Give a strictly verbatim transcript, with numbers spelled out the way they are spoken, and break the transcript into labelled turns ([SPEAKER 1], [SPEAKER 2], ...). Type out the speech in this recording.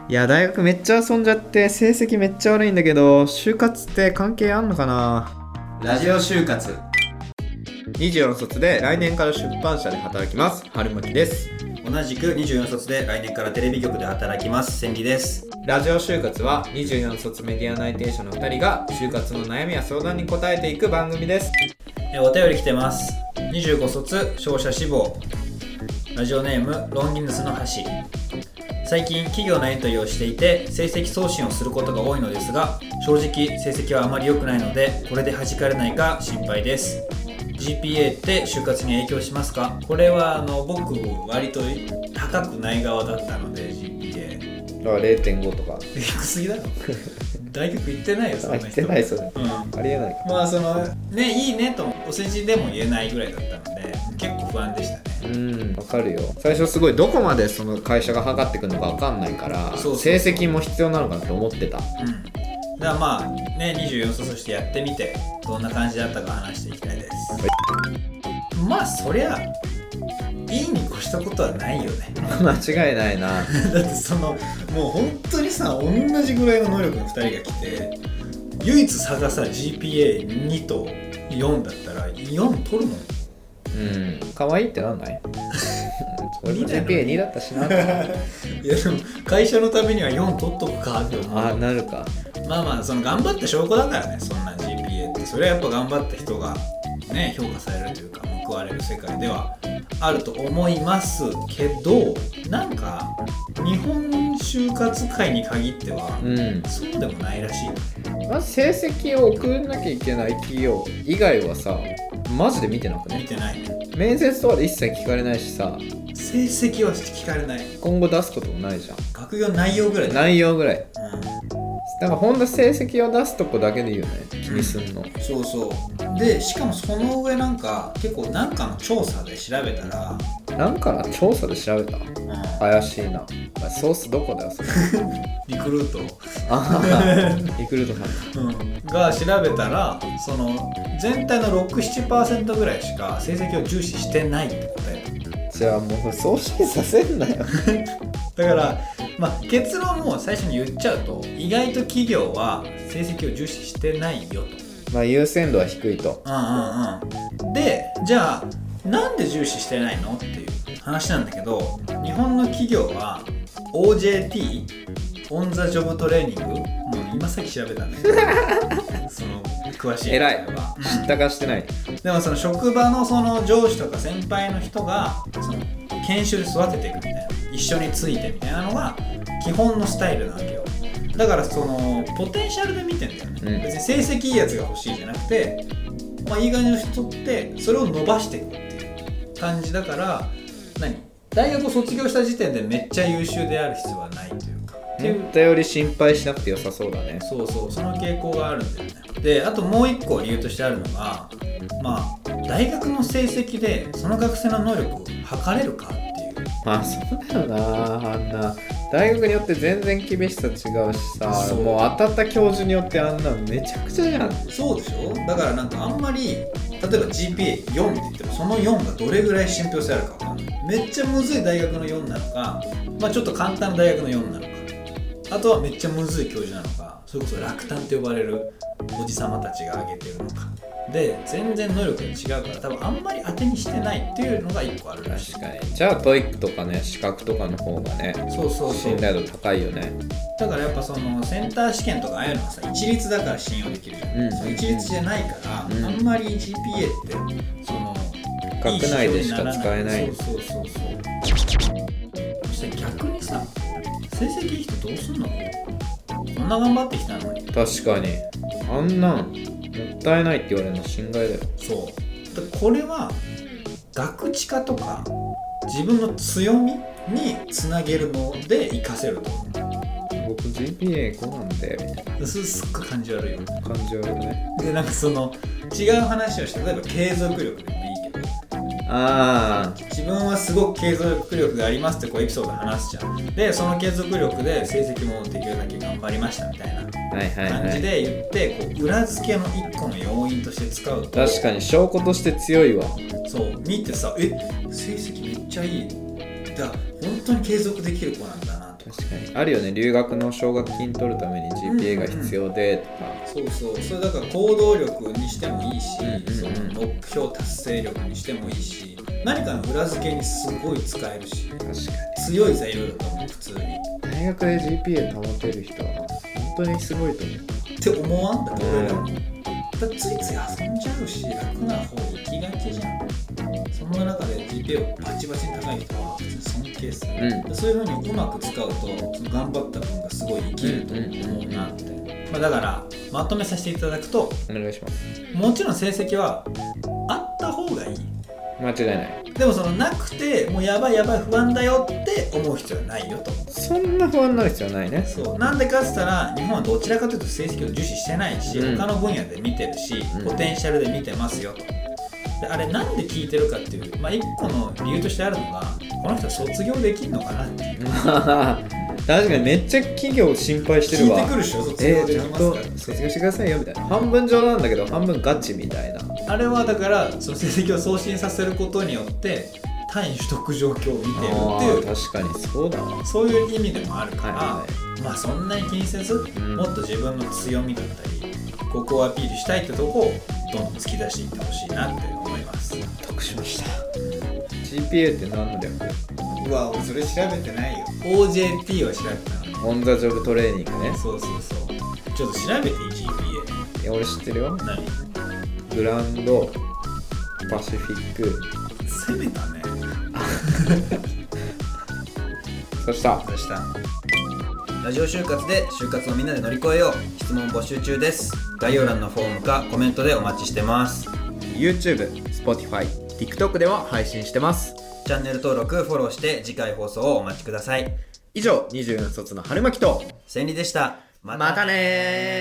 [SPEAKER 1] いや大学めっちゃ遊んじゃって成績めっちゃ悪いんだけど、就活って関係あんのかな。
[SPEAKER 2] ラジオ就活。
[SPEAKER 1] にじゅうよん卒で来年から出版社で働きます、春巻です。
[SPEAKER 2] 同じくにじゅうよん卒で来年からテレビ局で働きます、千里です。
[SPEAKER 1] ラジオ就活はにじゅうよん卒メディア内定者のふたりが就活の悩みや相談に答えていく番組です。
[SPEAKER 2] えお便り来てます。にじゅうご卒商社志望、ラジオネームロンギヌスの橋。最近企業のエントリーをしていて成績送信をすることが多いのですが、正直成績はあまり良くないのでこれで弾かれないか心配です。 ジーピーエー って就活に影響しますか？これはあの僕割と高くない側だったので ジーピーエー
[SPEAKER 1] だから れいてんご とか
[SPEAKER 2] 低すぎだろ大学行ってないよそんな人。
[SPEAKER 1] 行ってないそれ、うん、ありえないか。
[SPEAKER 2] まあそのねいいねとお世辞でも言えないぐらいだったので結構不安でしたね。
[SPEAKER 1] うんわかるよ。最初すごいどこまでその会社が測ってくるのか分かんないからそうそうそう成績も必要なのかなって思ってた。うん
[SPEAKER 2] だからまあねにじゅうよん卒してやってみてどんな感じだったか話していきたいです。まあそりゃいいに越したことはないよね
[SPEAKER 1] 間違いないな
[SPEAKER 2] だってそのもう本当にさ同じぐらいの能力のふたりが来て唯一差がさ ジーピーエーに とよんだったらよん取るもん。
[SPEAKER 1] うん可愛いってなんないそれも ジーピーエーに だったしない
[SPEAKER 2] やでも会社のためにはよん取っとくかって思う。
[SPEAKER 1] あなるか。
[SPEAKER 2] まあまあその頑張った証拠だからね。そんな ジーピーエー ってそれはやっぱ頑張った人がね評価されるというか報われる世界ではあると思いますけど、なんか日本就活界に限っては、うん、そうでもないらしい。
[SPEAKER 1] まず成績を送んなきゃいけない企業以外はさマジで見てなくね。
[SPEAKER 2] 見てないね。
[SPEAKER 1] 面接とかで一切聞かれないしさ
[SPEAKER 2] 成績は聞かれない。
[SPEAKER 1] 今後出すこともないじゃん。
[SPEAKER 2] 学業内容ぐらいだ。
[SPEAKER 1] 内容ぐらい、うん、だからほんと成績を出すとこだけでいいよね、気にすんの、うん、
[SPEAKER 2] そうそうでしかもその上なんか結構なんかの調査で調べたら
[SPEAKER 1] なんかの調査で調べた、うん、怪しいな。ソースどこだよそれ
[SPEAKER 2] リクルート
[SPEAKER 1] あリクルートさん、
[SPEAKER 2] うん、が調べたらその全体の ろくじゅうななパーセント ぐらいしか成績を重視してないって答えた。
[SPEAKER 1] じゃあもう送信させんなよ
[SPEAKER 2] だから、まあ、結論も最初に言っちゃうと意外と企業は成績を重視してないよと。
[SPEAKER 1] まあ優先度は低いと。
[SPEAKER 2] うんうんうん。でじゃあなんで重視してないのっていう話なんだけど、日本の企業は オージェーティー オンザジョブトレーニングもう今さっき調べたんだけどその詳しい
[SPEAKER 1] 偉い、うん、知ったかしてない。
[SPEAKER 2] でもその職場のその上司とか先輩の人がその研修で育てていくみたいな、一緒についてみたいなのが基本のスタイルなわけよ。だからそのポテンシャルで見てんだよね、うん、別に成績いいやつが欲しいじゃなくて、まあ、いい感じの人ってそれを伸ばしていくっていう感じだから、何大学を卒業した時点でめっちゃ優秀である必要はないというか、
[SPEAKER 1] 思ったより心配しなくて良さそうだね。
[SPEAKER 2] そうそう、その傾向があるんだよね。であともう一個理由としてあるのが、まあ大学の成績でその学生の能力を測れるかっていう。
[SPEAKER 1] まあそうだよな。あんな大学によって全然厳しさ違うしさ、もう当たった教授によってあんなめちゃくちゃじゃん。
[SPEAKER 2] そうでしょ。だからなんかあんまり例えば ジーピーエーよん って言ってもそのよんがどれぐらい信憑性あるか分かんない。めっちゃむずい大学のよんなのか、まあちょっと簡単な大学のよんなのか、あとはめっちゃむずい教授なのか、それこそ落胆って呼ばれるおじさまたちが挙げてるのかで全然能力が違うから多分あんまり当てにしてないっていうのが一個あるらしい。
[SPEAKER 1] 確かに。じゃあ トイック とかね資格とかの方がね、
[SPEAKER 2] そうそうそう、
[SPEAKER 1] 信頼度高いよね。
[SPEAKER 2] だからやっぱそのセンター試験とかああいうのはさ一律だから信用できるじゃん、うん、その一律じゃないから、うん、あんまり ジーピーエー ってその
[SPEAKER 1] 学内でしか使えない。
[SPEAKER 2] そうそうそうそう。そして逆にさ成績いい人どうすんの？こんな頑張ってきたのに。
[SPEAKER 1] 確かにあんなんもったいないって言われるの心外だよ。
[SPEAKER 2] そうだこれは学知化とか自分の強みにつなげるので活かせると思う。
[SPEAKER 1] 僕 ジーピーエーご なんでみたいな。
[SPEAKER 2] すっごい感じ悪いよ。
[SPEAKER 1] 感じ悪いね。
[SPEAKER 2] でなんかその違う話をして例えば継続力でもいいけど、
[SPEAKER 1] あ
[SPEAKER 2] 自分はすごく継続力がありますってこうエピソード話すじゃん。でその継続力で成績もできるだけ頑張りましたみたいな感じで言って、はいはいはい、こう裏付けの一個の要因として使うと
[SPEAKER 1] 確かに証拠として強いわ。
[SPEAKER 2] そう見てさえ成績めっちゃいいだ本当に継続できる子なんだなと
[SPEAKER 1] 確かにあるよね、留学の奨学金取るために ジーピーエー が必要でとか、
[SPEAKER 2] そうそうそれだから行動力にしてもいいし、
[SPEAKER 1] うんうんうん、
[SPEAKER 2] その目標達成力にしてもいいし、何かの裏付けにすごい使えるし、確かに強い材料だと思う。普通に
[SPEAKER 1] 大学で ジーピーエー 保てる人は本当にすごいと思う
[SPEAKER 2] って思わんだって俺らも、だついつい遊んじゃうし楽な方に行きがちじゃん。そんな中で ジーピーエー をバチバチに高い人は尊敬する、うん、そういう風にうまく使うと頑張った分がすごい生きると思うなって、うんうんうん、まあ、だからまとめさせていただくと、
[SPEAKER 1] お願いします。
[SPEAKER 2] もちろん成績はあった方がいい、
[SPEAKER 1] 間違いない。
[SPEAKER 2] でもそのなくてもうやばいやばい不安だよって思う必要はないよと。
[SPEAKER 1] そんな不安になる必要はないね。
[SPEAKER 2] そうなんでかって言ったら日本はどちらかというと成績を重視してないし、うん、他の分野で見てるし、うん、ポテンシャルで見てますよと。であれなんで聞いてるかっていう、まあ、一個の理由としてあるのがこの人卒業できんのかなっていう
[SPEAKER 1] 確かにめっちゃ企業心配してるわ。
[SPEAKER 2] 聞いてくるでしょ、卒業できますか、
[SPEAKER 1] えー、ちゃんと卒業してくださいよみたいな。半分冗談なんだけど半分ガチみたいな。
[SPEAKER 2] あれはだからその成績を送信させることによって単位取得状況を見てるっていう、
[SPEAKER 1] 確かにそうだわ。
[SPEAKER 2] そういう意味でもあるから、
[SPEAKER 1] はいはい、
[SPEAKER 2] まあそんなに気にせず、うん、もっと自分の強みだったりここをアピールしたいってとこをどんどん突き出していってほしいなって思います。
[SPEAKER 1] 納得しました。 ジーピーエー って何の略？
[SPEAKER 2] うわ俺それ調べてないよ。 オージェーティー は調べたの。
[SPEAKER 1] オンザジョブトレーニングね。
[SPEAKER 2] そうそうそう、ちょっと調べていい ジーピーエー。
[SPEAKER 1] いや俺知ってるよ。
[SPEAKER 2] 何？
[SPEAKER 1] グランドパシフィック。
[SPEAKER 2] 攻めたね
[SPEAKER 1] そした
[SPEAKER 2] そしたラジオ就活で就活をみんなで乗り越えよう。質問募集中です。概要欄のフォームかコメントでお待ちしてます。
[SPEAKER 1] YouTube、Spotify、TikTok でも配信してます。
[SPEAKER 2] チャンネル登録、フォローして次回放送をお待ちください。
[SPEAKER 1] 以上、にじゅうよん卒の春巻と
[SPEAKER 2] 千里でした。
[SPEAKER 1] またねー。